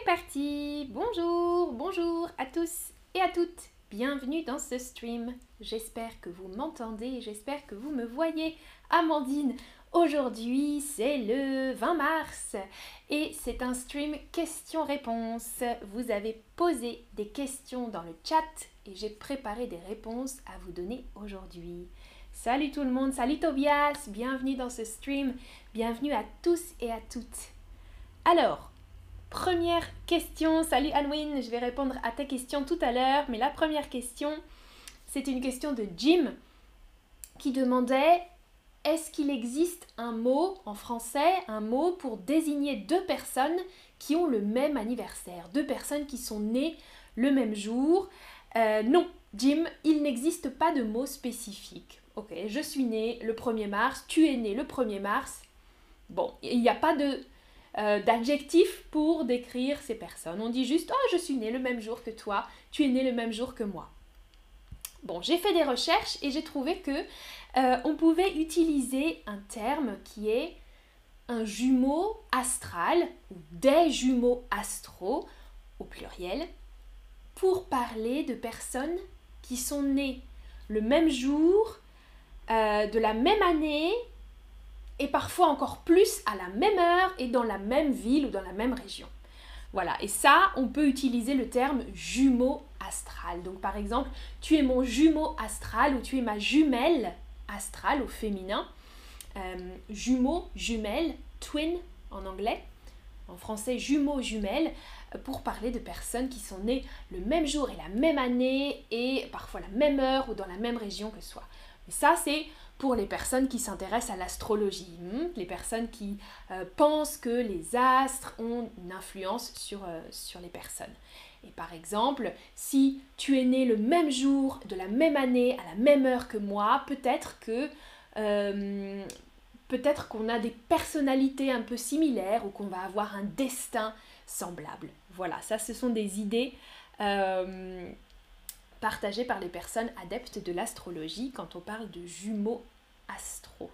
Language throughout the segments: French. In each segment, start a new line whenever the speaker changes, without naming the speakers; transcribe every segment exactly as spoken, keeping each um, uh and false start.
parti! Bonjour, bonjour à tous et à toutes. Bienvenue dans ce stream. J'espère que vous m'entendez et j'espère que vous me voyez. Amandine, aujourd'hui c'est le vingt mars et c'est un stream questions-réponses. Vous avez posé des questions dans le chat et j'ai préparé des réponses à vous donner aujourd'hui. Salut tout le monde, salut Tobias, bienvenue dans ce stream. Bienvenue à tous et à toutes. Alors, première question, salut Anwin, je vais répondre à ta question tout à l'heure, mais la première question, c'est une question de Jim qui demandait est-ce qu'il existe un mot en français, un mot pour désigner deux personnes qui ont le même anniversaire, deux personnes qui sont nées le même jour? euh, Non, Jim, il n'existe pas de mot spécifique. Ok, je suis née le premier mars, tu es né le premier mars. Bon, il n'y a pas de... Euh, d'adjectifs pour décrire ces personnes. On dit juste « Oh, je suis née le même jour que toi, tu es né le même jour que moi. » Bon, j'ai fait des recherches et j'ai trouvé que euh, on pouvait utiliser un terme qui est un jumeau astral ou des jumeaux astraux au pluriel pour parler de personnes qui sont nées le même jour, euh, de la même année, et parfois encore plus à la même heure et dans la même ville ou dans la même région. Voilà, et ça, on peut utiliser le terme jumeau astral. Donc par exemple, tu es mon jumeau astral ou tu es ma jumelle astrale au féminin. Euh, jumeau, jumelle, twin en anglais. En français, jumeau, jumelle, pour parler de personnes qui sont nées le même jour et la même année et parfois la même heure ou dans la même région que soi. Mais ça, c'est pour les personnes qui s'intéressent à l'astrologie, hein, les personnes qui euh, pensent que les astres ont une influence sur, euh, sur les personnes. Et par exemple, si tu es né le même jour, de la même année, à la même heure que moi, peut-être que euh, peut-être qu'on a des personnalités un peu similaires ou qu'on va avoir un destin semblable. Voilà, ça ce sont des idées euh, partagées par les personnes adeptes de l'astrologie quand on parle de jumeaux astro.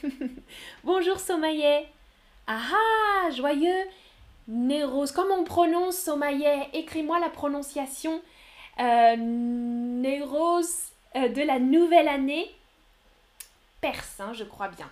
Bonjour Somaïe. Ah ah, joyeux Néros. Comment on prononce Somaïe? Écris-moi la prononciation. Euh, Néros euh, de la nouvelle année. Perse, hein, je crois bien.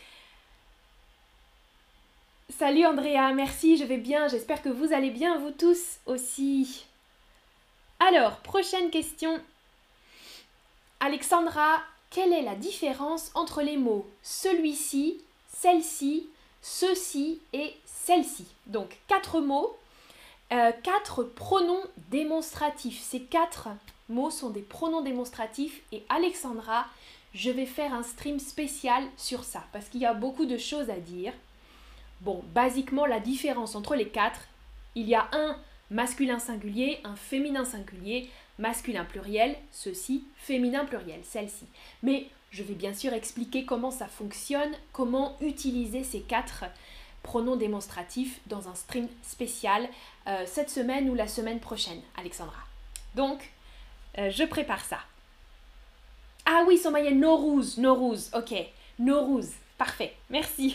Salut Andrea, merci, je vais bien. J'espère que vous allez bien, vous tous aussi. Alors, prochaine question. Alexandra, quelle est la différence entre les mots celui-ci, celle-ci, ceci et celle-ci? Donc, quatre mots, euh, quatre pronoms démonstratifs. Ces quatre mots sont des pronoms démonstratifs et Alexandra, je vais faire un stream spécial sur ça parce qu'il y a beaucoup de choses à dire. Bon, basiquement, la différence entre les quatre, il y a un masculin singulier, un féminin singulier, masculin pluriel, ceci, féminin pluriel, celle-ci. Mais je vais bien sûr expliquer comment ça fonctionne, comment utiliser ces quatre pronoms démonstratifs dans un stream spécial euh, cette semaine ou la semaine prochaine, Alexandra. Donc, euh, je prépare ça. Ah oui, Somaïa, Nowruz, Nowruz, ok, Nowruz, parfait, merci.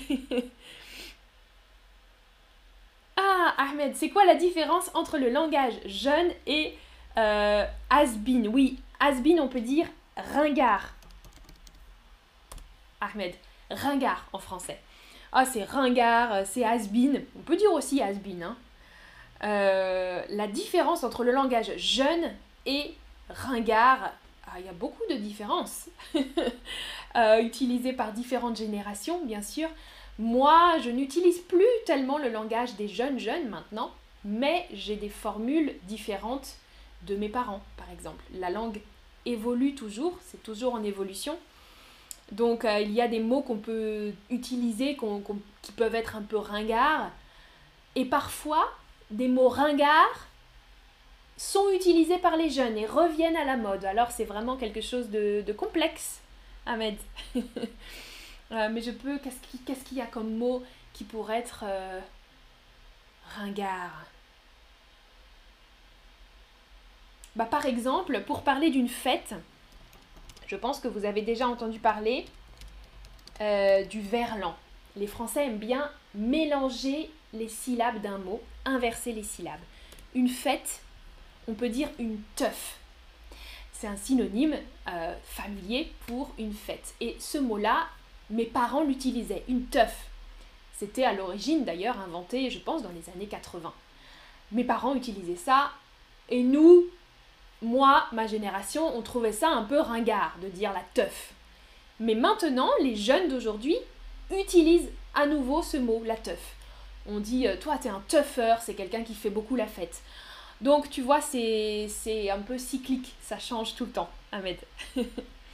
Ah, Ahmed, c'est quoi la différence entre le langage jeune et euh, has-been? Oui, has-been, on peut dire ringard. Ahmed, ringard en français. Ah, c'est ringard, c'est has-been. On peut dire aussi has-been. Hein. Euh, la différence entre le langage jeune et ringard, ah, il y a beaucoup de différences. euh, utilisées par différentes générations, bien sûr. Moi, je n'utilise plus tellement le langage des jeunes jeunes maintenant, mais j'ai des formules différentes de mes parents, par exemple. La langue évolue toujours, c'est toujours en évolution. Donc, euh, il y a des mots qu'on peut utiliser, qu'on, qu'on, qui peuvent être un peu ringards. Et parfois, des mots ringards sont utilisés par les jeunes et reviennent à la mode. Alors, c'est vraiment quelque chose de, de complexe, Ahmed. Euh, mais je peux... Qu'est-ce qu'il, qu'est-ce qu'il y a comme mot qui pourrait être euh, ringard? Bah, par exemple, pour parler d'une fête, je pense que vous avez déjà entendu parler euh, du verlan. Les Français aiment bien mélanger les syllabes d'un mot, inverser les syllabes. une fête, on peut dire une teuf. C'est un synonyme euh, familier pour une fête. Et ce mot-là, mes parents l'utilisaient, une teuf. C'était à l'origine d'ailleurs inventé, je pense, dans les années quatre-vingts. Mes parents utilisaient ça, et nous, moi, ma génération, on trouvait ça un peu ringard de dire la teuf. Mais maintenant, les jeunes d'aujourd'hui utilisent à nouveau ce mot, la teuf. On dit, toi, t'es un teufeur, c'est quelqu'un qui fait beaucoup la fête. Donc, tu vois, c'est, c'est un peu cyclique, ça change tout le temps, Ahmed. euh,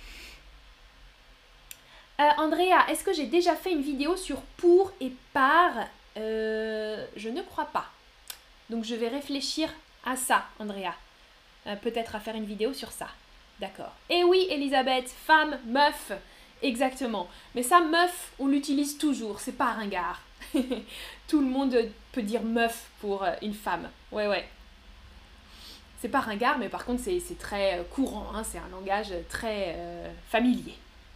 Andrea, est-ce que j'ai déjà fait une vidéo sur pour et par euh, Je ne crois pas. Donc, je vais réfléchir à ça, Andrea. Euh, peut-être à faire une vidéo sur ça. D'accord. Et oui, Elisabeth, femme, meuf, exactement. Mais ça, meuf, on l'utilise toujours, c'est pas ringard. Tout le monde peut dire meuf pour une femme. Ouais, ouais. C'est pas ringard, mais par contre, c'est, c'est très courant. Hein, c'est un langage très euh, familier.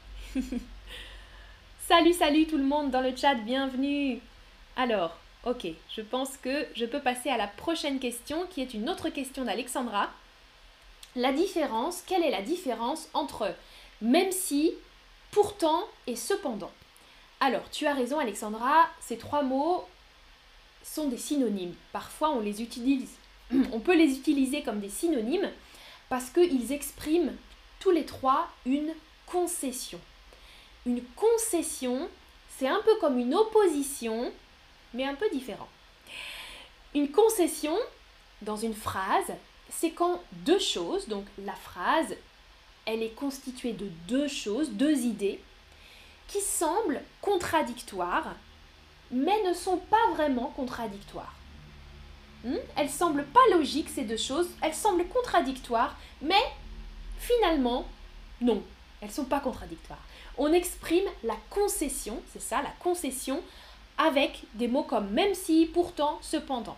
Salut, salut tout le monde dans le chat, bienvenue. Alors, ok, je pense que je peux passer à la prochaine question, qui est une autre question d'Alexandra. La différence, quelle est la différence entre même si, pourtant et cependant? Alors, tu as raison Alexandra, ces trois mots sont des synonymes. Parfois, on les utilise, on peut les utiliser comme des synonymes parce qu'ils expriment tous les trois une concession. Une concession, c'est un peu comme une opposition, mais un peu différent. Une concession, dans une phrase, c'est quand deux choses, donc la phrase, elle est constituée de deux choses, deux idées, qui semblent contradictoires, mais ne sont pas vraiment contradictoires. Hmm? Elles semblent pas logiques, ces deux choses, elles semblent contradictoires, mais finalement, non, elles ne sont pas contradictoires. On exprime la concession, c'est ça, la concession, avec des mots comme même si, pourtant, cependant.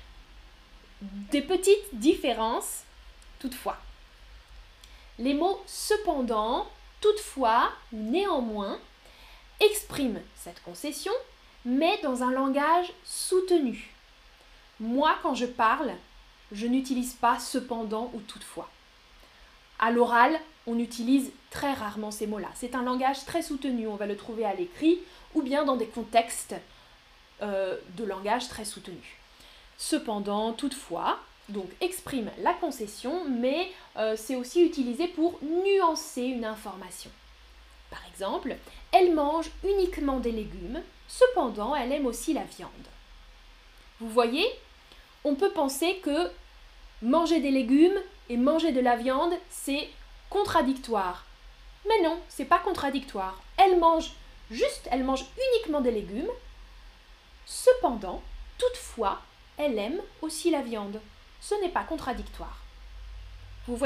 Des petites différences, toutefois. Les mots cependant, toutefois, néanmoins, expriment cette concession, mais dans un langage soutenu. Moi, quand je parle, je n'utilise pas cependant ou toutefois. À l'oral, on utilise très rarement ces mots-là. C'est un langage très soutenu, on va le trouver à l'écrit ou bien dans des contextes euh, de langage très soutenu. Cependant, toutefois, donc exprime la concession, mais euh, c'est aussi utilisé pour nuancer une information. Par exemple, elle mange uniquement des légumes, cependant elle aime aussi la viande. Vous voyez, on peut penser que manger des légumes et manger de la viande, c'est contradictoire. Mais non, c'est pas contradictoire. Elle mange juste, elle mange uniquement des légumes, cependant, toutefois, elle aime aussi la viande. Ce n'est pas contradictoire. Vous voyez ?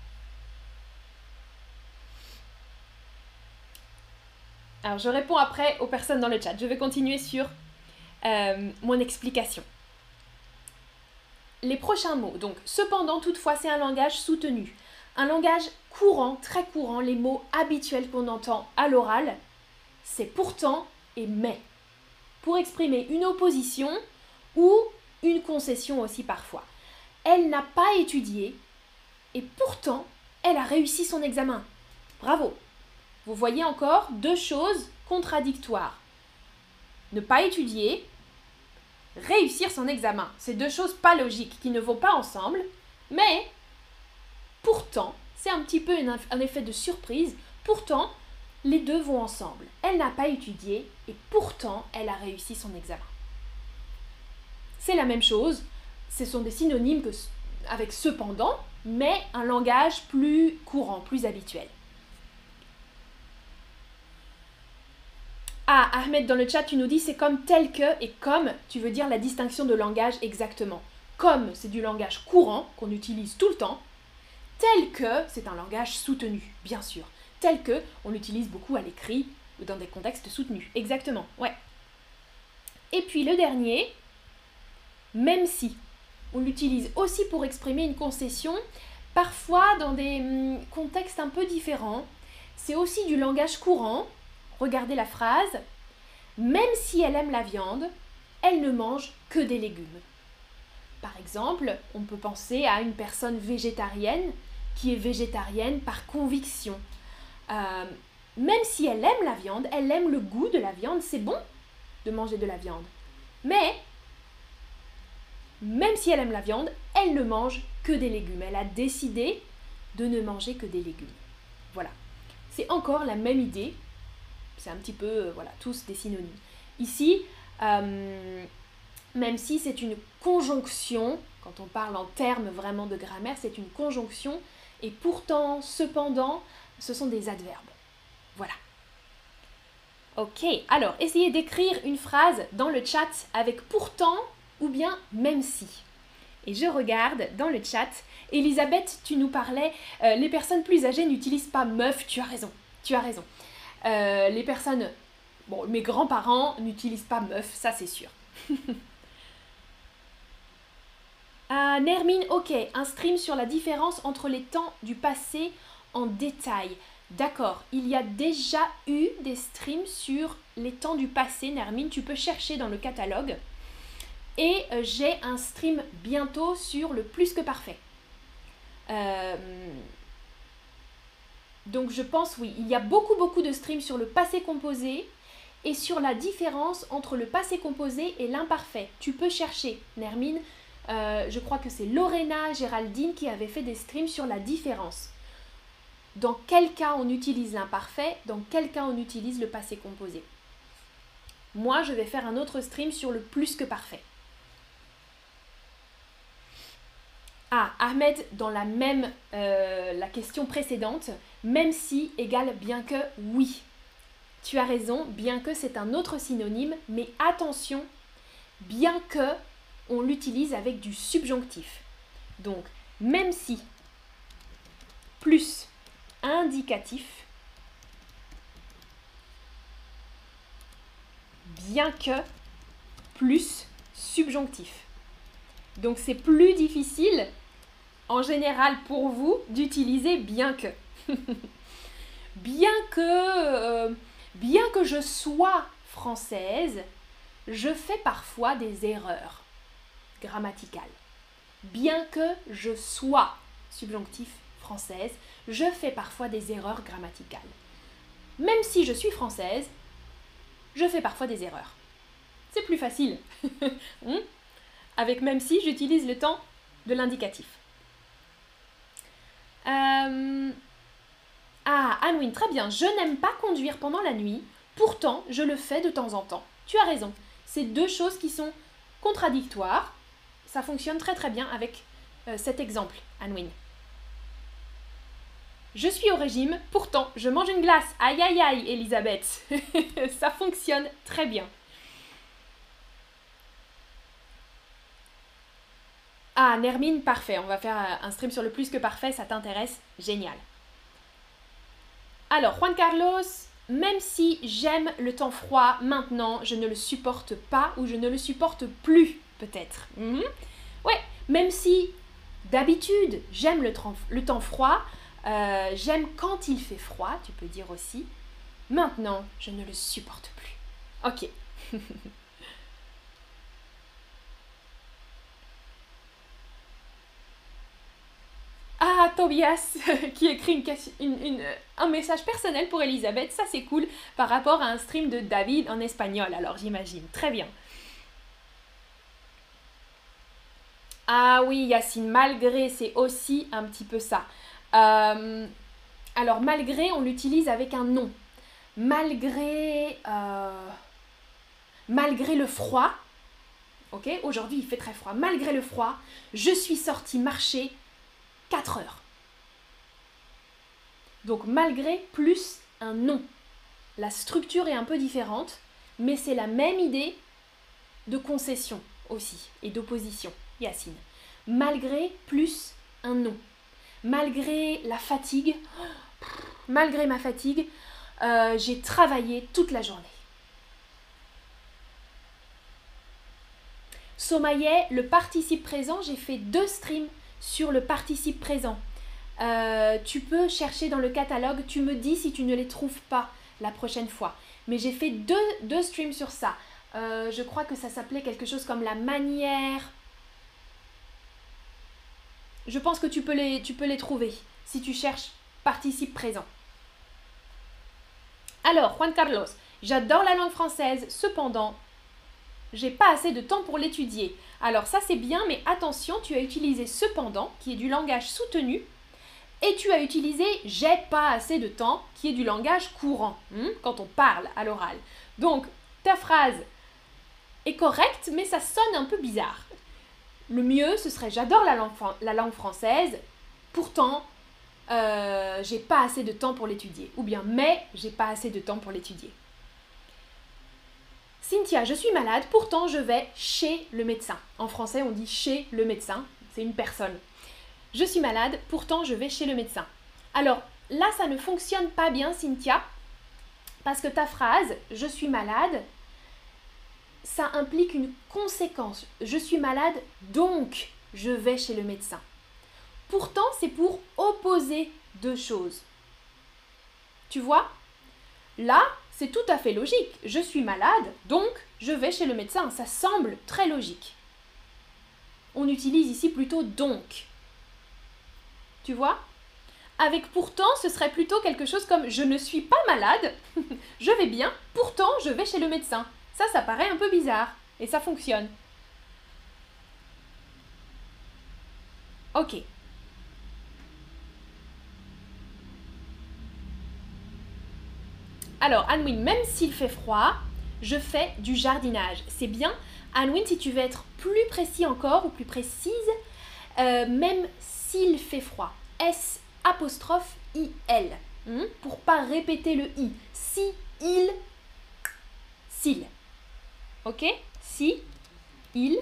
Alors, je réponds après aux personnes dans le chat. Je vais continuer sur euh, mon explication. Les prochains mots. Donc, cependant, toutefois, c'est un langage soutenu. Un langage courant, très courant, les mots habituels qu'on entend à l'oral, c'est pourtant et mais. Pour exprimer une opposition ou une concession aussi parfois. Elle n'a pas étudié et pourtant, elle a réussi son examen. Bravo! Vous voyez encore deux choses contradictoires. Ne pas étudier, réussir son examen. C'est deux choses pas logiques, qui ne vont pas ensemble, mais pourtant, c'est un petit peu un effet de surprise, pourtant, les deux vont ensemble. Elle n'a pas étudié et pourtant, elle a réussi son examen. C'est la même chose, ce sont des synonymes que, avec cependant, mais un langage plus courant, plus habituel. Ah, Ahmed, dans le chat, tu nous dis c'est comme tel que et comme, tu veux dire la distinction de langage exactement. Comme, c'est du langage courant qu'on utilise tout le temps. Tel que, c'est un langage soutenu, bien sûr. Tel que, on l'utilise beaucoup à l'écrit ou dans des contextes soutenus. Exactement, ouais. Et puis le dernier, même si. On l'utilise aussi pour exprimer une concession, parfois dans des hum, contextes un peu différents. C'est aussi du langage courant. Regardez la phrase. Même si elle aime la viande, elle ne mange que des légumes. Par exemple, on peut penser à une personne végétarienne qui est végétarienne par conviction. Euh, même si elle aime la viande, elle aime le goût de la viande, c'est bon de manger de la viande. Mais, même si elle aime la viande, elle ne mange que des légumes. Elle a décidé de ne manger que des légumes. Voilà. C'est encore la même idée. C'est un petit peu, euh, voilà, tous des synonymes. Ici, euh, même si c'est une conjonction, quand on parle en termes vraiment de grammaire, c'est une conjonction, et pourtant, cependant, ce sont des adverbes. Voilà. Ok, alors, essayez d'écrire une phrase dans le chat avec pourtant ou bien même si. Et je regarde dans le chat. Elisabeth, tu nous parlais, euh, les personnes plus âgées n'utilisent pas meuf, tu as raison, tu as raison. Euh, les personnes, bon, mes grands-parents n'utilisent pas meuf, ça c'est sûr. Ah, Nermine, ok, un stream sur la différence entre les temps du passé en détail. D'accord, il y a déjà eu des streams sur les temps du passé, Nermine, tu peux chercher dans le catalogue. Et euh, j'ai un stream bientôt sur le plus que parfait. Euh, donc je pense, oui, il y a beaucoup beaucoup de streams sur le passé composé et sur la différence entre le passé composé et l'imparfait. Tu peux chercher, Nermine. Euh, je crois que c'est Lorena Géraldine qui avait fait des streams sur la différence. Dans quel cas on utilise l'imparfait, dans quel cas on utilise le passé composé. Moi, je vais faire un autre stream sur le plus que parfait. Ah, Ahmed, dans la même, euh, la question précédente, même si égale bien que oui. Tu as raison, bien que c'est un autre synonyme, mais attention, bien que on l'utilise avec du subjonctif. Donc, même si plus indicatif, bien que plus subjonctif. Donc, c'est plus difficile, en général pour vous, d'utiliser bien que. bien que, euh, bien que je sois française, je fais parfois des erreurs grammaticales. Bien que je sois, subjonctif, française, je fais parfois des erreurs grammaticales. Même si je suis française, je fais parfois des erreurs. C'est plus facile. hmm Avec même si, j'utilise le temps de l'indicatif. Euh... Ah, Anouine, très bien. Je n'aime pas conduire pendant la nuit. Pourtant, je le fais de temps en temps. Tu as raison. C'est deux choses qui sont contradictoires. Ça fonctionne très très bien avec euh, cet exemple, Anouine. Je suis au régime, pourtant je mange une glace. Aïe aïe aïe, Elisabeth. Ça fonctionne très bien. Ah, Nermine, parfait. On va faire un stream sur le plus que parfait, ça t'intéresse? Génial. Alors, Juan Carlos, même si j'aime le temps froid, maintenant, je ne le supporte pas ou je ne le supporte plus, peut-être. Mm-hmm. Ouais, même si d'habitude, j'aime le, le temps froid, euh, j'aime quand il fait froid, tu peux dire aussi. Maintenant, je ne le supporte plus. Ok. Ah, Tobias, qui écrit une, une, une, un message personnel pour Elisabeth, ça c'est cool, par rapport à un stream de David en espagnol, alors j'imagine. Très bien. Ah oui, Yacine, malgré, c'est aussi un petit peu ça. Euh, alors, malgré, on l'utilise avec un nom. Malgré, euh, malgré le froid, ok, aujourd'hui il fait très froid, malgré le froid, je suis sortie marcher quatre heures. Donc, malgré plus un nom. La structure est un peu différente, mais c'est la même idée de concession aussi et d'opposition. Yacine. Malgré plus un nom. Malgré la fatigue, malgré ma fatigue, euh, j'ai travaillé toute la journée. Somaïe, le participe présent, j'ai fait deux streams sur le participe présent. Euh, tu peux chercher dans le catalogue, tu me dis si tu ne les trouves pas la prochaine fois. Mais j'ai fait deux, deux streams sur ça. Euh, je crois que ça s'appelait quelque chose comme la manière... je pense que tu peux les, tu peux les trouver si tu cherches participe présent. Alors, Juan Carlos, j'adore la langue française, cependant, j'ai pas assez de temps pour l'étudier. Alors ça c'est bien, mais attention, tu as utilisé cependant, qui est du langage soutenu, et tu as utilisé j'ai pas assez de temps, qui est du langage courant, hein, quand on parle à l'oral. Donc, ta phrase est correcte, mais ça sonne un peu bizarre. Le mieux, ce serait j'adore la langue, la langue française, pourtant, euh, j'ai pas assez de temps pour l'étudier. Ou bien, mais j'ai pas assez de temps pour l'étudier. Cynthia, je suis malade, pourtant je vais chez le médecin. En français, on dit chez le médecin, c'est une personne. Je suis malade, pourtant je vais chez le médecin. Alors, là, ça ne fonctionne pas bien, Cynthia, parce que ta phrase « je suis malade », ça implique une conséquence. Je suis malade, donc je vais chez le médecin. Pourtant, c'est pour opposer deux choses. Tu vois? Là, c'est tout à fait logique. Je suis malade, donc je vais chez le médecin. Ça semble très logique. On utilise ici plutôt donc. Tu vois? Avec pourtant, ce serait plutôt quelque chose comme je ne suis pas malade, je vais bien, pourtant je vais chez le médecin. Ça, ça paraît un peu bizarre. Et ça fonctionne. Ok. Alors, Anwin, même s'il fait froid, je fais du jardinage. C'est bien. Anwin, si tu veux être plus précis encore ou plus précise, euh, même s'il fait froid. S apostrophe I L. Hmm, pour pas répéter le I. Si, il, s'il. Ok? Si, il,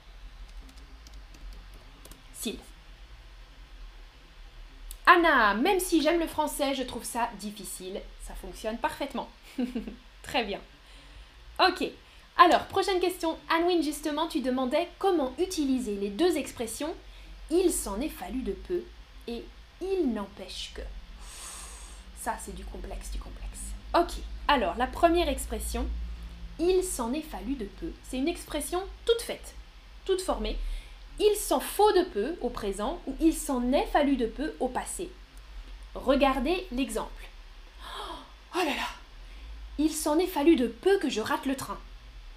s'il. Anna, même si j'aime le français, je trouve ça difficile. Ça fonctionne parfaitement. Très bien. Ok. Alors, prochaine question. Anwin, justement, tu demandais comment utiliser les deux expressions « il s'en est fallu de peu » et « il n'empêche que ». Ça, c'est du complexe, du complexe. Ok. Alors, la première expression, « il s'en est fallu de peu », c'est une expression toute faite, toute formée. Il s'en faut de peu au présent ou il s'en est fallu de peu au passé. Regardez l'exemple. Oh là là! Il s'en est fallu de peu que je rate le train.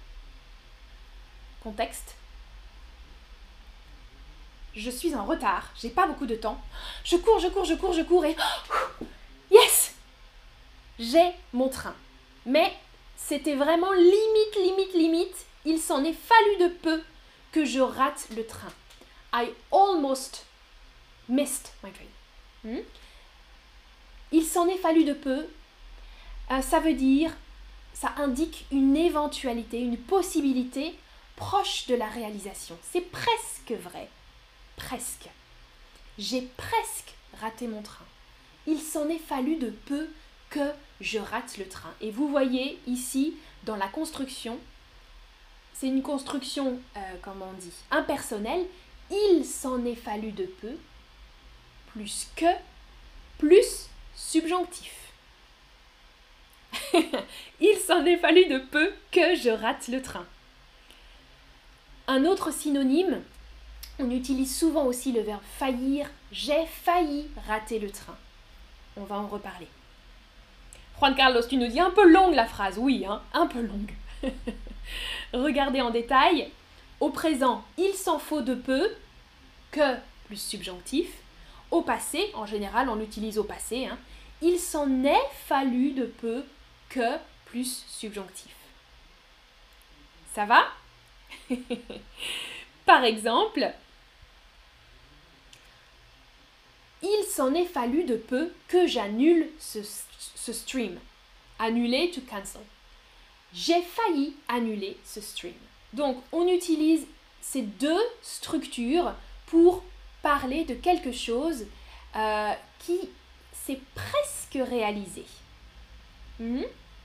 Contexte. Je suis en retard, j'ai pas beaucoup de temps. Je cours, je cours, je cours, je cours et... Yes! J'ai mon train. Mais c'était vraiment limite, limite, limite. Il s'en est fallu de peu que je rate le train. I almost missed my train. Hmm? Il s'en est fallu de peu. Euh, ça veut dire, ça indique une éventualité, une possibilité proche de la réalisation. C'est presque vrai. Presque. J'ai presque raté mon train. Il s'en est fallu de peu que je rate le train. Et vous voyez ici, dans la construction, c'est une construction, euh, comment on dit, impersonnelle. Il s'en est fallu de peu, plus que, plus subjonctif. Il s'en est fallu de peu que je rate le train. Un autre synonyme, on utilise souvent aussi le verbe faillir. J'ai failli rater le train. On va en reparler. Juan Carlos, tu nous dis un peu longue la phrase. Oui, hein, un peu longue. Regardez en détail. Au présent, il s'en faut de peu, que plus subjonctif. Au passé, en général, on l'utilise au passé. Hein, il s'en est fallu de peu, que plus subjonctif. Ça va? Par exemple, il s'en est fallu de peu que j'annule ce, ce stream. Annuler, to cancel. J'ai failli annuler ce stream. Donc, on utilise ces deux structures pour parler de quelque chose euh, qui s'est presque réalisé. Hmm?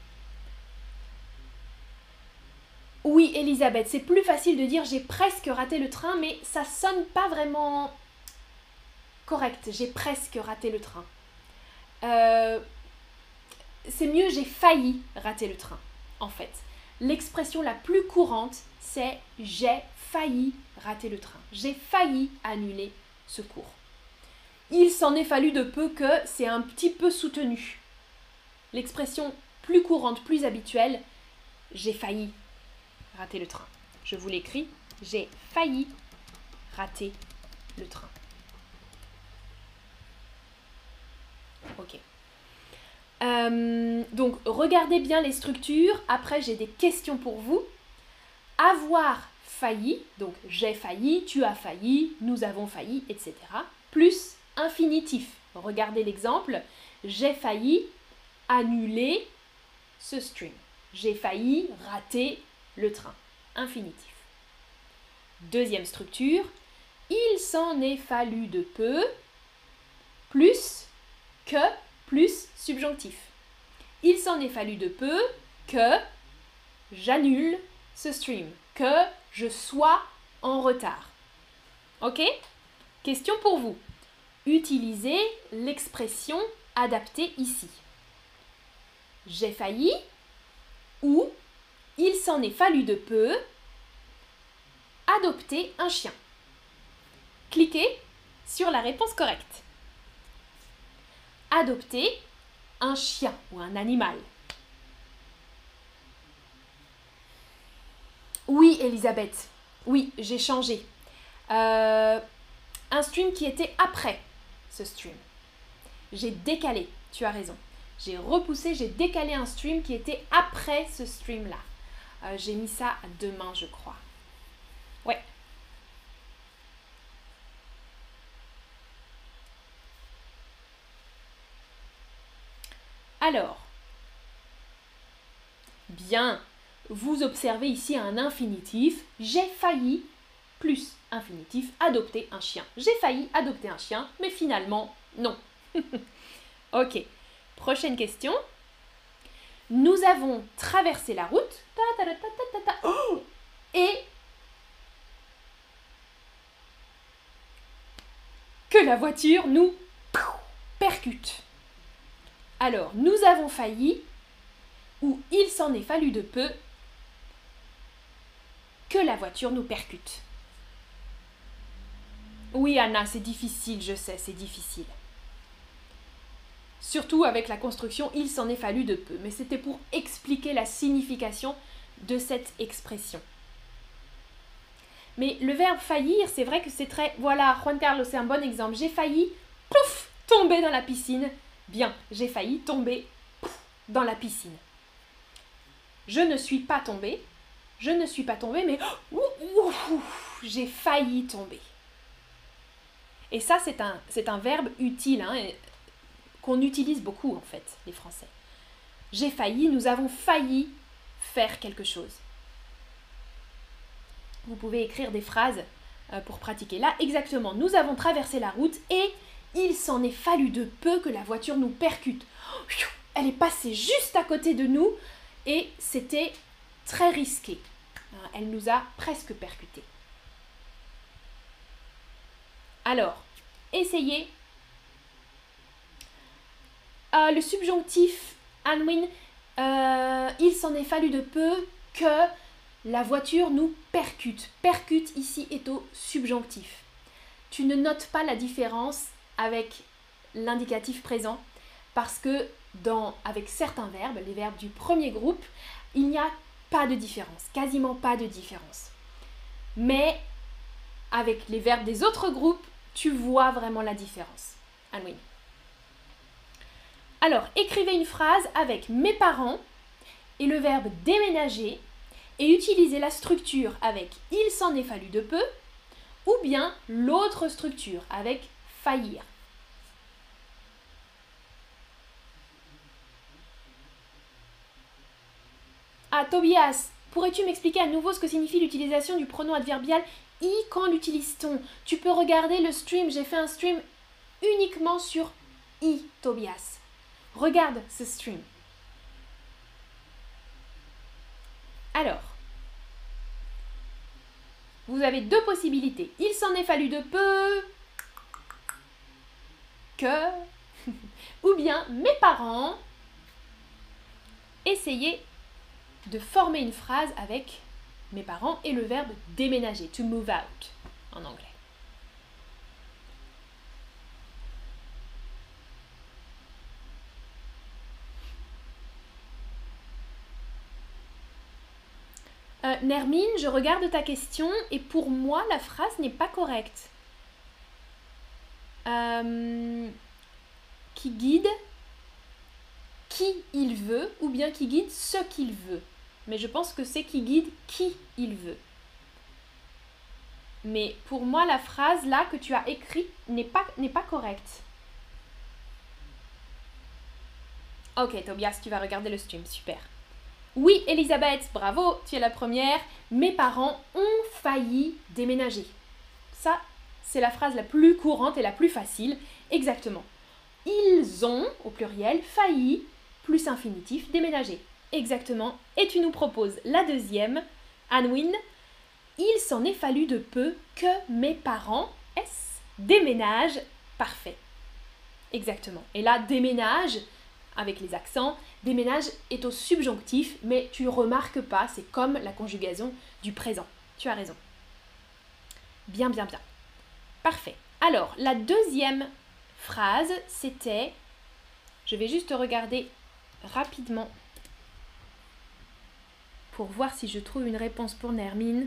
Oui, Elisabeth, c'est plus facile de dire j'ai presque raté le train, mais ça sonne pas vraiment correct. J'ai presque raté le train. Euh, c'est mieux j'ai failli rater le train, en fait. L'expression la plus courante, c'est j'ai failli rater le train. J'ai failli annuler ce cours. Il s'en est fallu de peu que c'est un petit peu soutenu. L'expression plus courante, plus habituelle, j'ai failli rater le train. Je vous l'écris, j'ai failli rater le train. Ok. Euh, donc, regardez bien les structures. Après, j'ai des questions pour vous. Avoir failli, donc j'ai failli, tu as failli, nous avons failli, et cetera. Plus infinitif. Regardez l'exemple. J'ai failli annuler ce stream. J'ai failli rater le train. Infinitif. Deuxième structure. Il s'en est fallu de peu, plus que, plus subjonctif. Il s'en est fallu de peu que j'annule ce stream, que je sois en retard. Ok? Question pour vous. Utilisez l'expression adaptée ici. J'ai failli ou il s'en est fallu de peu adopter un chien. Cliquez sur la réponse correcte. Adopter un chien ou un animal. Oui, Elisabeth. Oui, j'ai changé. Euh, un stream qui était après ce stream. J'ai décalé, tu as raison. J'ai repoussé, j'ai décalé un stream qui était après ce stream-là. Euh, j'ai mis ça à demain, je crois. Ouais. Alors, bien, vous observez ici un infinitif. J'ai failli, plus infinitif, adopter un chien. J'ai failli adopter un chien, mais finalement, non. Ok, prochaine question. Nous avons traversé la route. Ta, ta, ta, ta, ta, ta, oh, et que la voiture nous percute. Alors, nous avons failli, ou il s'en est fallu de peu, que la voiture nous percute. Oui, Anna, c'est difficile, je sais, c'est difficile. Surtout avec la construction « il s'en est fallu de peu ». Mais c'était pour expliquer la signification de cette expression. Mais le verbe « faillir », c'est vrai que c'est très... Voilà, Juan Carlos, c'est un bon exemple. J'ai failli, pouf, tomber dans la piscine. Bien, j'ai failli tomber pouf, dans la piscine. Je ne suis pas tombée. Je ne suis pas tombée, mais ouh, ouh, ouh, j'ai failli tomber. Et ça, c'est un, c'est un verbe utile, hein, qu'on utilise beaucoup, en fait, les Français. J'ai failli, nous avons failli faire quelque chose. Vous pouvez écrire des phrases euh, pour pratiquer. Là, exactement, nous avons traversé la route et il s'en est fallu de peu que la voiture nous percute. Elle est passée juste à côté de nous et c'était très risqué. Elle nous a presque percutés. Alors, essayez. Euh, le subjonctif, Anwin, euh, il s'en est fallu de peu que la voiture nous percute. Percute ici est au subjonctif. Tu ne notes pas la différence avec l'indicatif présent parce que dans, avec certains verbes, les verbes du premier groupe, il n'y a pas de différence, quasiment pas de différence. Mais avec les verbes des autres groupes, tu vois vraiment la différence. Anwin. Alors, écrivez une phrase avec mes parents et le verbe déménager et utilisez la structure avec il s'en est fallu de peu ou bien l'autre structure avec faillir. Ah, Tobias, pourrais-tu m'expliquer à nouveau ce que signifie l'utilisation du pronom adverbial i? Quand l'utilise-t-on? Tu peux regarder le stream, j'ai fait un stream uniquement sur i, Tobias. Regarde ce stream. Alors, vous avez deux possibilités. Il s'en est fallu de peu que, ou bien mes parents. Essayez de former une phrase avec mes parents et le verbe déménager, to move out en anglais. Euh, Nermine, je regarde ta question et pour moi, la phrase n'est pas correcte. Euh, qui guide qui il veut ou bien qui guide ce qu'il veut. Mais je pense que c'est qui guide qui il veut. Mais pour moi, la phrase là que tu as écrite n'est pas, n'est pas correcte. Ok, Tobias, tu vas regarder le stream, super. Oui, Elisabeth, bravo, tu es la première. Mes parents ont failli déménager. Ça, c'est la phrase la plus courante et la plus facile. Exactement. Ils ont, au pluriel, failli, plus infinitif, déménager. Exactement. Et tu nous proposes la deuxième, Anwin. Il s'en est fallu de peu que mes parents, S, déménagent. Parfait. Exactement. Et là, déménage, avec les accents, déménage est au subjonctif, mais tu ne remarques pas, c'est comme la conjugaison du présent. Tu as raison. Bien, bien, bien. Parfait. Alors, la deuxième phrase, c'était... Je vais juste regarder rapidement pour voir si je trouve une réponse pour Nermine.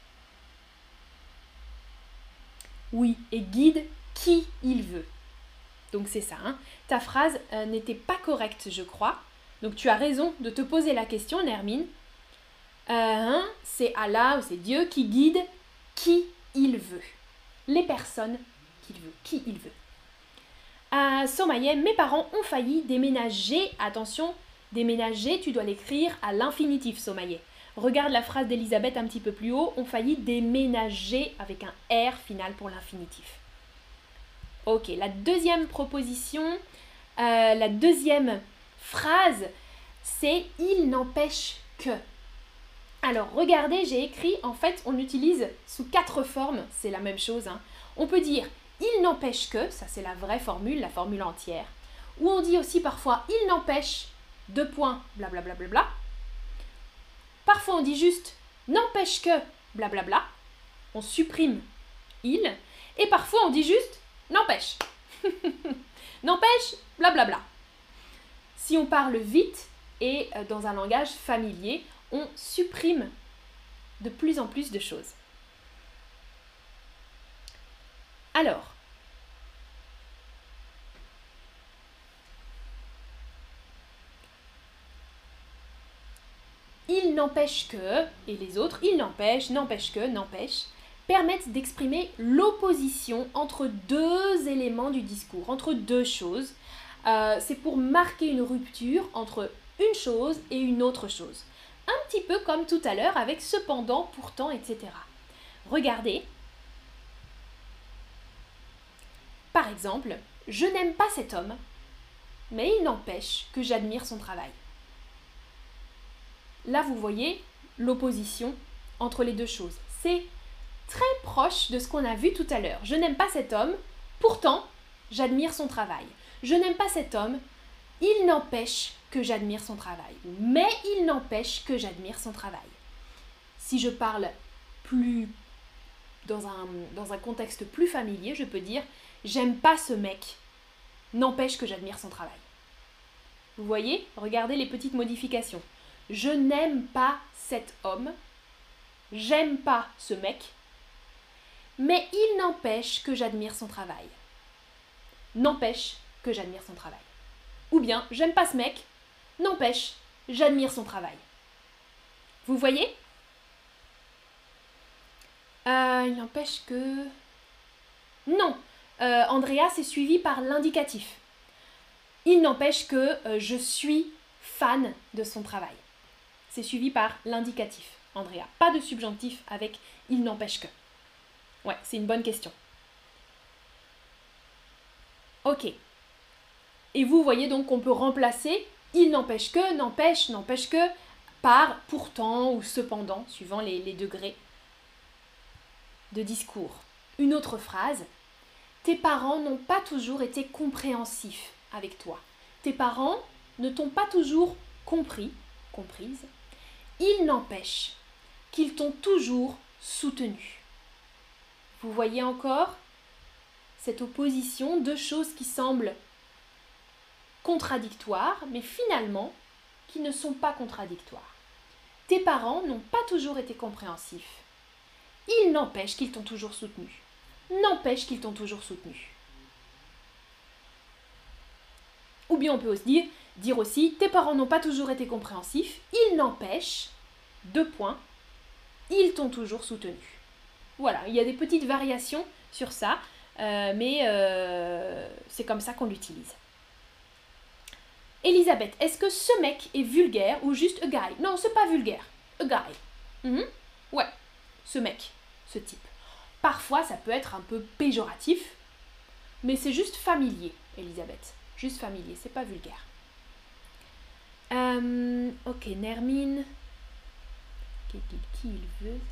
Oui, et guide qui il veut. Donc c'est ça, hein. Ta phrase euh, n'était pas correcte, je crois. Donc tu as raison de te poser la question, Nermine. Euh, hein, c'est Allah ou c'est Dieu qui guide qui il veut. Les personnes qu'il veut, qui il veut. À Somaïe, mes parents ont failli déménager. Attention, déménager, tu dois l'écrire à l'infinitif, Somaïe. Regarde la phrase d'Elisabeth un petit peu plus haut. Ont failli déménager avec un R final pour l'infinitif. Ok, la deuxième proposition, euh, la deuxième phrase, c'est « il n'empêche que ». Alors, regardez, j'ai écrit, en fait, on utilise sous quatre formes, c'est la même chose. Hein. On peut dire « il n'empêche que », ça c'est la vraie formule, la formule entière. Ou on dit aussi parfois « il n'empêche, deux points, blablabla ». Bla, bla, bla. Parfois on dit juste « n'empêche que, blablabla bla, bla », on supprime « il ». Et parfois on dit juste « n'empêche ». N'empêche, blablabla. Si on parle vite et dans un langage familier, on supprime de plus en plus de choses. Alors, il n'empêche que, et les autres, il n'empêche, n'empêche que, n'empêche, permettent d'exprimer l'opposition entre deux éléments du discours, entre deux choses. Euh, c'est pour marquer une rupture entre une chose et une autre chose. Un petit peu comme tout à l'heure avec cependant, pourtant, et cetera. Regardez. Par exemple, je n'aime pas cet homme, mais il n'empêche que j'admire son travail. Là, vous voyez l'opposition entre les deux choses. C'est très proche de ce qu'on a vu tout à l'heure. Je n'aime pas cet homme, pourtant, j'admire son travail. Je n'aime pas cet homme, il n'empêche que j'admire son travail. Mais il n'empêche que j'admire son travail. Si je parle plus dans un, dans un contexte plus familier, je peux dire « j'aime pas ce mec, n'empêche que j'admire son travail ». Vous voyez? Regardez les petites modifications. Je n'aime pas cet homme, j'aime pas ce mec, mais il n'empêche que j'admire son travail. N'empêche que j'admire son travail. Ou bien, j'aime pas ce mec, n'empêche, j'admire son travail. Vous voyez? euh, Il n'empêche que... Non, euh, Andrea, c'est suivi par l'indicatif. Il n'empêche que euh, je suis fan de son travail. C'est suivi par l'indicatif, Andrea. Pas de subjonctif avec « il n'empêche que ». Ouais, c'est une bonne question. Ok. Et vous voyez donc qu'on peut remplacer « il n'empêche que »,« n'empêche »,« n'empêche que » par « pourtant » ou « cependant », suivant les, les degrés de discours. Une autre phrase. Tes parents n'ont pas toujours été compréhensifs avec toi. Tes parents ne t'ont pas toujours compris, comprise. Il n'empêche qu'ils t'ont toujours soutenu. Vous voyez encore cette opposition, deux choses qui semblent contradictoires, mais finalement qui ne sont pas contradictoires. tes parents n'ont pas toujours été compréhensifs. Il n'empêche qu'ils t'ont toujours soutenu. N'empêche qu'ils t'ont toujours soutenu. Ou bien on peut aussi dire, dire aussi, tes parents n'ont pas toujours été compréhensifs. Il n'empêche, deux points, ils t'ont toujours soutenu. Voilà, il y a des petites variations sur ça, euh, mais euh, c'est comme ça qu'on l'utilise. Elisabeth, est-ce que ce mec est vulgaire ou juste a guy? Non, c'est pas vulgaire. A guy. Mm-hmm. Ouais, ce mec, ce type. Parfois, ça peut être un peu péjoratif, mais c'est juste familier, Elisabeth. Juste familier, c'est pas vulgaire. Euh, ok, Nermine. Qui, qui, qui il veut?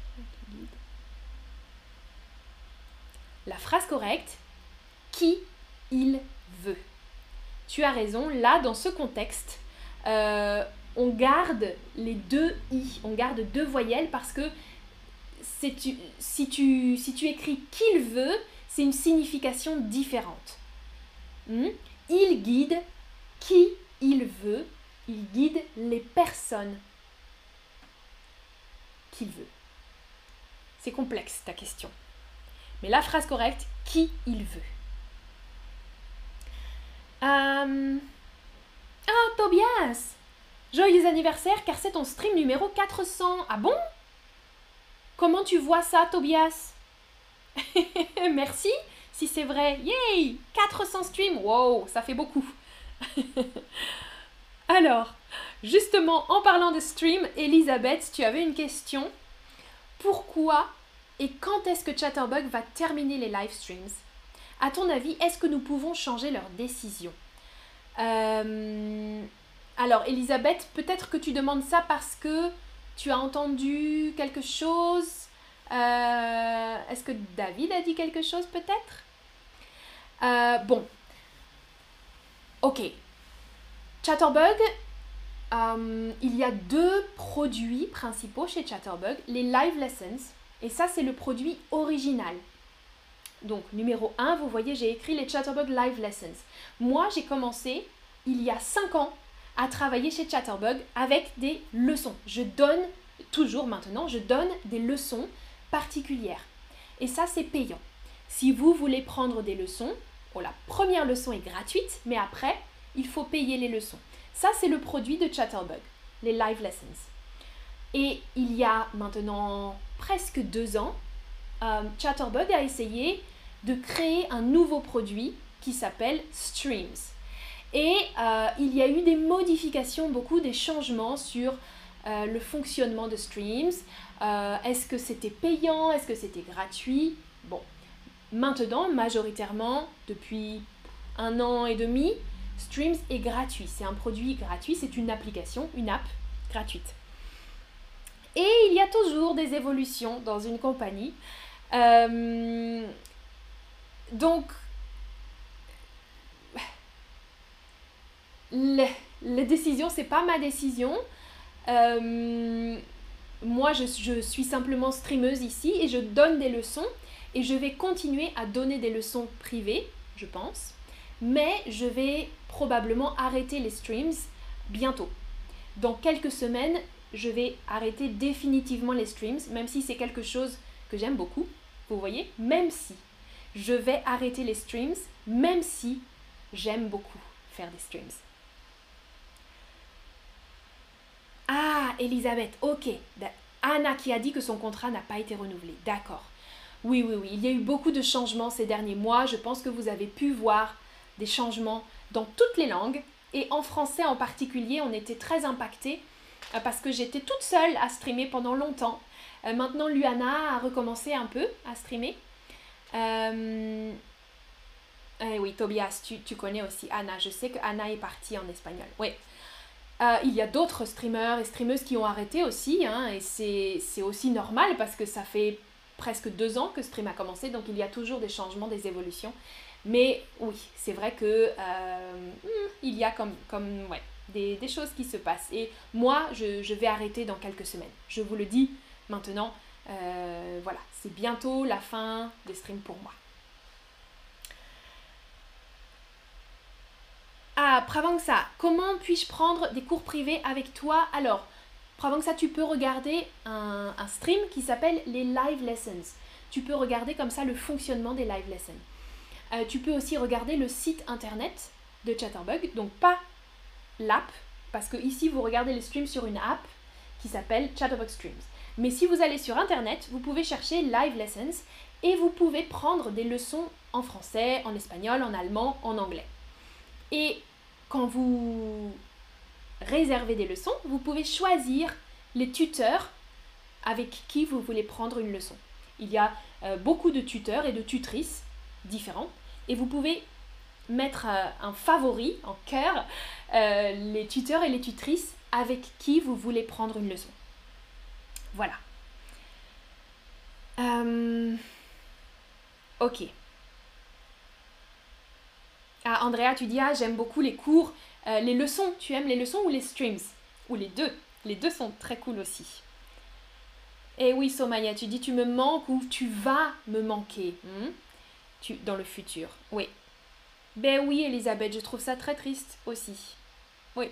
La phrase correcte, qui il veut. Tu as raison, là, dans ce contexte, euh, on garde les deux i, on garde deux voyelles parce que tu, si, tu, si tu écris qu'il veut, c'est une signification différente. Hmm? Il guide qui il veut, il guide les personnes qu'il veut. C'est complexe ta question. Mais la phrase correcte, qui il veut. Euh... Ah, Tobias! Joyeux anniversaire car c'est ton stream numéro quatre cents. Ah bon? Comment tu vois ça, Tobias? Merci, si c'est vrai. Yay! quatre cents streams, wow, ça fait beaucoup. Alors, justement, en parlant de stream, Elisabeth, tu avais une question. Pourquoi et quand est-ce que Chatterbug va terminer les live streams? À ton avis, est-ce que nous pouvons changer leur décision? euh, Alors, Elisabeth, peut-être que tu demandes ça parce que tu as entendu quelque chose. Euh, est-ce que David a dit quelque chose, peut-être? euh, Bon. Ok. Chatterbug, euh, il y a deux produits principaux chez Chatterbug. Les live lessons. Et ça, c'est le produit original. Donc, numéro un, vous voyez, j'ai écrit les Chatterbug Live Lessons. Moi, j'ai commencé, il y a cinq ans, à travailler chez Chatterbug avec des leçons. Je donne, toujours maintenant, je donne des leçons particulières. Et ça, c'est payant. Si vous voulez prendre des leçons, oh, la première leçon est gratuite, mais après, il faut payer les leçons. Ça, c'est le produit de Chatterbug, les Live Lessons. Et il y a maintenant presque deux ans, euh, Chatterbug a essayé de créer un nouveau produit qui s'appelle Streams. Et euh, il y a eu des modifications, beaucoup des changements sur euh, le fonctionnement de Streams. Euh, est-ce que c'était payant? Est-ce que c'était gratuit? Bon, maintenant, majoritairement, depuis un an et demi, Streams est gratuit. C'est un produit gratuit, c'est une application, une app gratuite. Et il y a toujours des évolutions dans une compagnie. Euh, donc, les, les décisions, c'est pas ma décision. Euh, moi, je, je suis simplement streameuse ici et je donne des leçons. Et je vais continuer à donner des leçons privées, je pense. Mais je vais probablement arrêter les streams bientôt. Dans quelques semaines, je vais arrêter définitivement les streams, même si c'est quelque chose que j'aime beaucoup, vous voyez, même si je vais arrêter les streams, même si j'aime beaucoup faire des streams. Ah, Elisabeth, ok. Anna qui a dit que son contrat n'a pas été renouvelé, d'accord. Oui, oui, oui, il y a eu beaucoup de changements ces derniers mois, je pense que vous avez pu voir des changements dans toutes les langues, et en français en particulier, on était très impactés, parce que j'étais toute seule à streamer pendant longtemps. Euh, maintenant, Luana a recommencé un peu à streamer. Euh... Eh oui, Tobias, tu, tu connais aussi Anna. Je sais que Anna est partie en espagnol. Oui. Euh, il y a d'autres streamers et streameuses qui ont arrêté aussi. Hein, et c'est, c'est aussi normal parce que ça fait presque deux ans que Stream a commencé. Donc, il y a toujours des changements, des évolutions. Mais oui, c'est vrai que euh, il y a comme... comme ouais. Des, des choses qui se passent. Et moi, je, je vais arrêter dans quelques semaines. Je vous le dis maintenant. Euh, voilà, c'est bientôt la fin des streams pour moi. Ah, Pravangsa, comment puis-je prendre des cours privés avec toi? Alors, Avant que ça, tu peux regarder un, un stream qui s'appelle les live lessons. Tu peux regarder comme ça le fonctionnement des live lessons. Euh, tu peux aussi regarder le site internet de Chatterbug, donc pas l'app, parce que ici vous regardez les streams sur une app qui s'appelle Chatterbug Streams. Mais si vous allez sur internet, vous pouvez chercher live lessons et vous pouvez prendre des leçons en français, en espagnol, en allemand, en anglais. Et quand vous réservez des leçons, vous pouvez choisir les tuteurs avec qui vous voulez prendre une leçon. Il y a euh, beaucoup de tuteurs et de tutrices différents et vous pouvez mettre euh, un favori en cœur euh, les tuteurs et les tutrices avec qui vous voulez prendre une leçon. Voilà. Euh... Ok. Ah, Andrea, tu dis, ah, j'aime beaucoup les cours, euh, les leçons. Tu aimes les leçons ou les streams? Ou les deux. Les deux sont très cool aussi. Et oui, Somaya, tu dis, tu me manques ou tu vas me manquer hmm tu, dans le futur. Oui. Ben oui, Elisabeth, je trouve ça très triste aussi. Oui.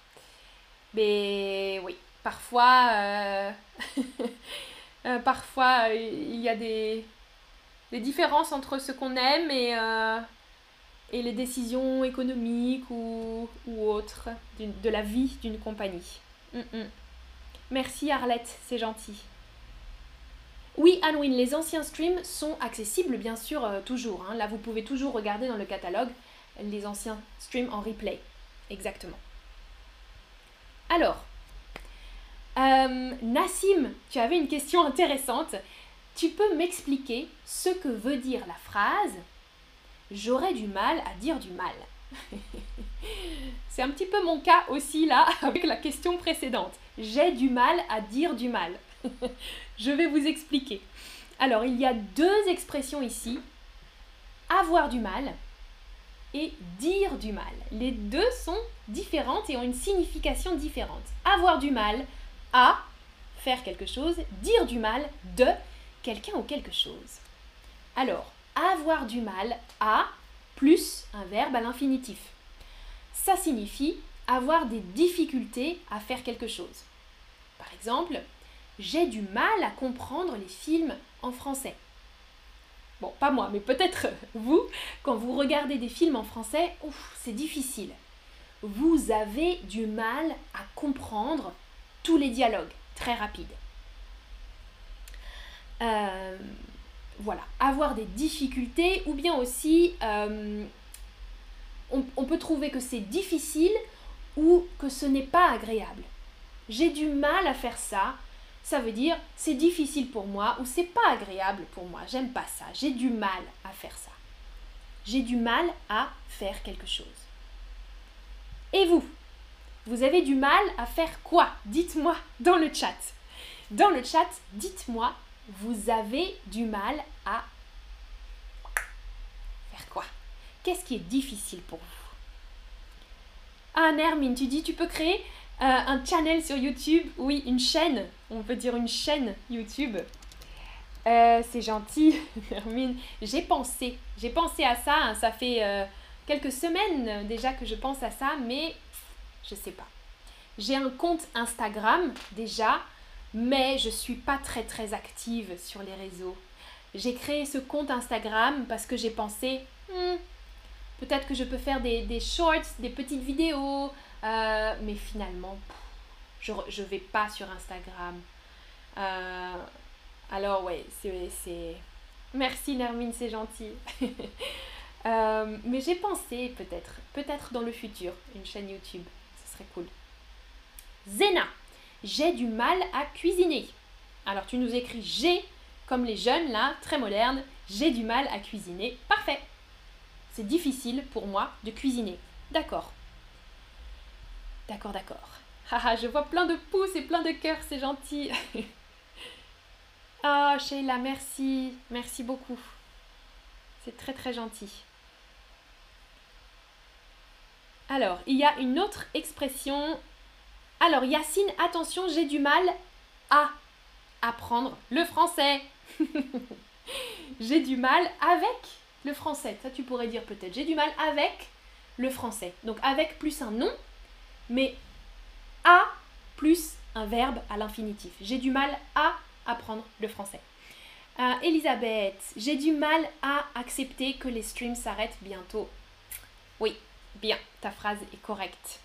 Mais oui, parfois, euh... euh, parfois, euh, il y a des, des différences entre ce qu'on aime et... Euh... et les décisions économiques ou, ou autres de la vie d'une compagnie. Mm -mm. Merci Arlette, c'est gentil. Oui, Anwin, les anciens streams sont accessibles bien sûr euh, toujours. Hein. Là, vous pouvez toujours regarder dans le catalogue les anciens streams en replay. Exactement. Alors, euh, Nassim, tu avais une question intéressante. Tu peux m'expliquer ce que veut dire la phrase « J'aurais du mal à dire du mal ». C'est un petit peu mon cas aussi là avec la question précédente. J'ai du mal à dire du mal. Je vais vous expliquer. Alors, il y a deux expressions ici. Avoir du mal et dire du mal. Les deux sont différentes et ont une signification différente. Avoir du mal à faire quelque chose, dire du mal de quelqu'un ou quelque chose. Alors, avoir du mal à plus un verbe à l'infinitif. Ça signifie avoir des difficultés à faire quelque chose. Par exemple, j'ai du mal à comprendre les films en français. Bon, pas moi, mais peut-être vous, quand vous regardez des films en français, ouf, c'est difficile. Vous avez du mal à comprendre tous les dialogues, très rapides. Euh, voilà, avoir des difficultés ou bien aussi, euh, on, on peut trouver que c'est difficile ou que ce n'est pas agréable. J'ai du mal à faire ça. Ça veut dire c'est difficile pour moi ou c'est pas agréable pour moi, j'aime pas ça, j'ai du mal à faire ça. J'ai du mal à faire quelque chose. Et vous? Vous avez du mal à faire quoi? Dites-moi dans le chat. Dans le chat, dites-moi, vous avez du mal à faire quoi? Qu'est-ce qui est difficile pour vous? Ah, Nermine, tu dis tu peux créer Euh, un channel sur YouTube, oui, une chaîne, on peut dire une chaîne YouTube. Euh, c'est gentil, Hermine. J'ai pensé, j'ai pensé à ça, hein, ça fait euh, quelques semaines déjà que je pense à ça, mais je sais pas. J'ai un compte Instagram déjà, mais je suis pas très très active sur les réseaux. J'ai créé ce compte Instagram parce que j'ai pensé, hmm, peut-être que je peux faire des, des shorts, des petites vidéos. Euh, mais finalement, je ne vais pas sur Instagram. Euh, alors, ouais, c'est... Merci, Nermine, c'est gentil. euh, mais j'ai pensé, peut-être, peut-être dans le futur, une chaîne YouTube. Ce serait cool. Zena, j'ai du mal à cuisiner. Alors, tu nous écris j'ai, comme les jeunes, là, très modernes. J'ai du mal à cuisiner. Parfait. C'est difficile pour moi de cuisiner. D'accord. D'accord, d'accord. Haha, je vois plein de pouces et plein de cœurs, c'est gentil. Ah, oh, Sheila, merci. Merci beaucoup. C'est très très gentil. Alors, il y a une autre expression. Alors, Yacine, attention, j'ai du mal à apprendre le français. J'ai du mal avec le français. Ça, tu pourrais dire peut-être. J'ai du mal avec le français. Donc, avec plus un nom. Mais A plus un verbe à l'infinitif. J'ai du mal à apprendre le français. Euh, Elisabeth, j'ai du mal à accepter que les streams s'arrêtent bientôt. Oui, bien, ta phrase est correcte.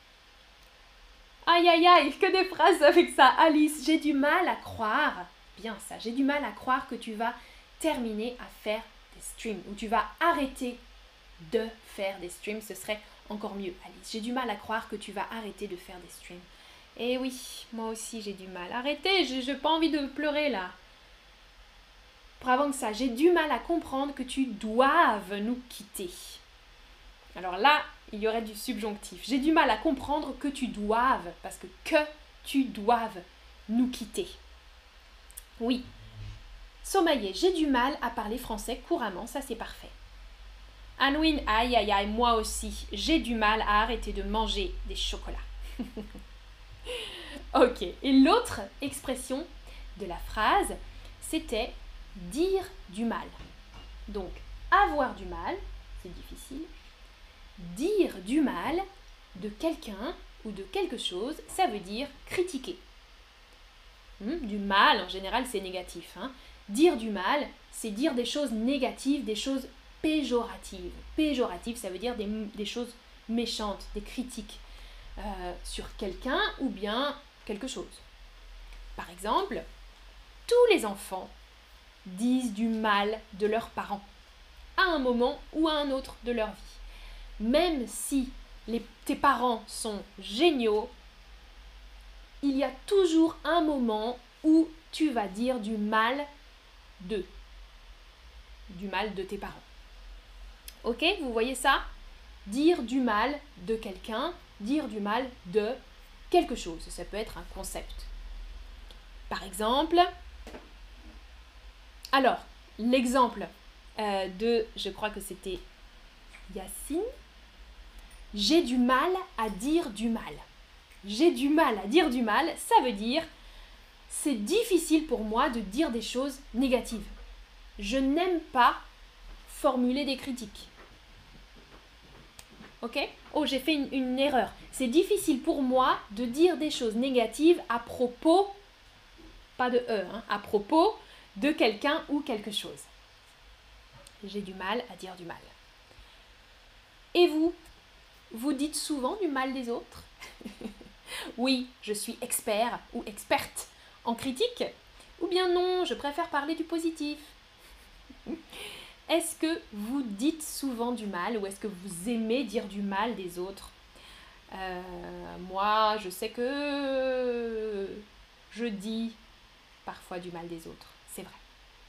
Aïe aïe aïe, que des phrases avec ça. Alice, j'ai du mal à croire, bien ça, j'ai du mal à croire que tu vas terminer à faire des streams ou tu vas arrêter de faire des streams, ce serait encore mieux. Alice, j'ai du mal à croire que tu vas arrêter de faire des streams. Et oui, moi aussi j'ai du mal. Arrêtez, j'ai pas envie de pleurer là. Pour avant que ça, j'ai du mal à comprendre que tu doives nous quitter. Alors là, il y aurait du subjonctif. J'ai du mal à comprendre que tu doives, parce que que tu doives nous quitter. Oui. Sommeiller, j'ai du mal à parler français couramment, ça c'est parfait. Anouine, aïe aïe aïe, moi aussi, j'ai du mal à arrêter de manger des chocolats. Ok, et l'autre expression de la phrase, c'était dire du mal. Donc, avoir du mal, c'est difficile. Dire du mal de quelqu'un ou de quelque chose, ça veut dire critiquer. Hum, du mal, en général, c'est négatif. Hein. Dire du mal, c'est dire des choses négatives, des choses péjoratives. Péjorative, ça veut dire des, des choses méchantes, des critiques euh, sur quelqu'un ou bien quelque chose. Par exemple, tous les enfants disent du mal de leurs parents à un moment ou à un autre de leur vie. Même si les, tes parents sont géniaux, il y a toujours un moment où tu vas dire du mal d'eux, du mal de tes parents. Ok, vous voyez ça? Dire du mal de quelqu'un, dire du mal de quelque chose. Ça peut être un concept. Par exemple, alors, l'exemple euh, de, je crois que c'était Yacine, j'ai du mal à dire du mal. J'ai du mal à dire du mal, ça veut dire c'est difficile pour moi de dire des choses négatives. Je n'aime pas formuler des critiques. Ok? Oh, j'ai fait une, une erreur. C'est difficile pour moi de dire des choses négatives à propos, pas de E, hein, à propos de quelqu'un ou quelque chose. J'ai du mal à dire du mal. Et vous? Vous dites souvent du mal des autres? Oui, je suis expert ou experte en critique. Ou bien non, je préfère parler du positif. Est-ce que vous dites souvent du mal ou est-ce que vous aimez dire du mal des autres? euh, Moi, je sais que je dis parfois du mal des autres, c'est vrai.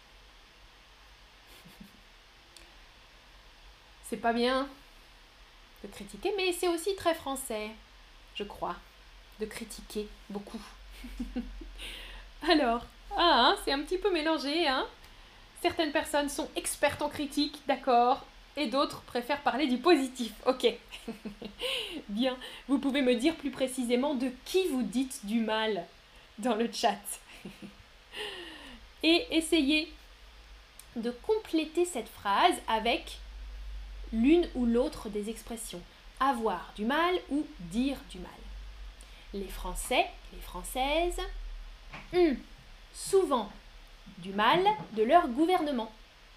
C'est pas bien de critiquer, mais c'est aussi très français, je crois, de critiquer beaucoup. Alors, ah, hein, c'est un petit peu mélangé, hein? Certaines personnes sont expertes en critique, d'accord, et d'autres préfèrent parler du positif. Ok. Bien, vous pouvez me dire plus précisément de qui vous dites du mal dans le chat. Et essayez de compléter cette phrase avec l'une ou l'autre des expressions. Avoir du mal ou dire du mal. Les Français, les Françaises, ont souvent du mal de leur gouvernement.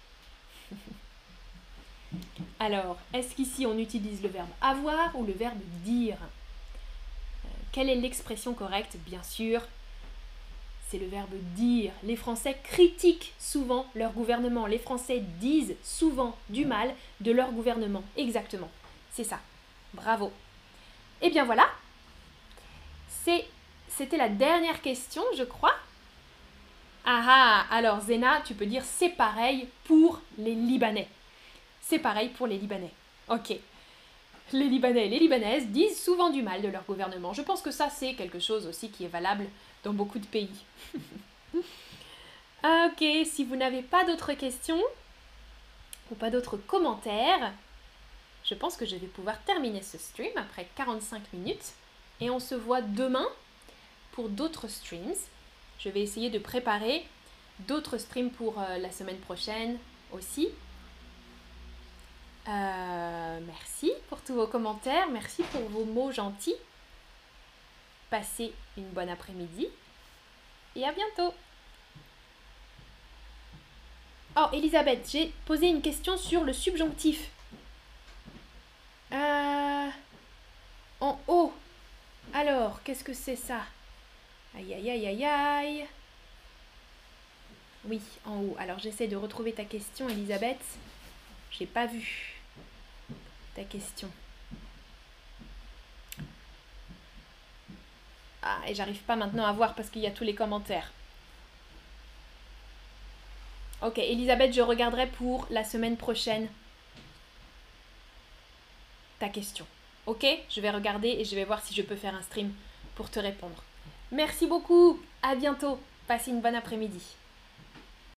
Alors, est-ce qu'ici on utilise le verbe avoir ou le verbe dire? euh, Quelle est l'expression correcte? Bien sûr, c'est le verbe dire. Les Français critiquent souvent leur gouvernement. Les Français disent souvent du mal de leur gouvernement. Exactement, c'est ça. Bravo. Et bien voilà, c'est, c'était la dernière question, je crois. Ah ah, alors Zena, tu peux dire c'est pareil pour les Libanais. C'est pareil pour les Libanais. Ok. Les Libanais et les Libanaises disent souvent du mal de leur gouvernement. Je pense que ça, c'est quelque chose aussi qui est valable dans beaucoup de pays. Ok, si vous n'avez pas d'autres questions ou pas d'autres commentaires, je pense que je vais pouvoir terminer ce stream après quarante-cinq minutes. Et on se voit demain pour d'autres streams. Je vais essayer de préparer d'autres streams pour euh, la semaine prochaine aussi. Euh, merci pour tous vos commentaires, merci pour vos mots gentils. passez une bonne après-midi et à bientôt. Oh, Elisabeth, j'ai posé une question sur le subjonctif. Euh, en haut. Alors, qu'est-ce que c'est ça? Aïe, aïe, aïe, aïe, aïe. Oui, en haut. Alors, j'essaie de retrouver ta question, Elisabeth. J'ai pas vu ta question. Ah, et j'arrive pas maintenant à voir parce qu'il y a tous les commentaires. Ok, Elisabeth, je regarderai pour la semaine prochaine ta question. Ok, je vais regarder et je vais voir si je peux faire un stream pour te répondre. Merci beaucoup, à bientôt, passez une bonne après-midi.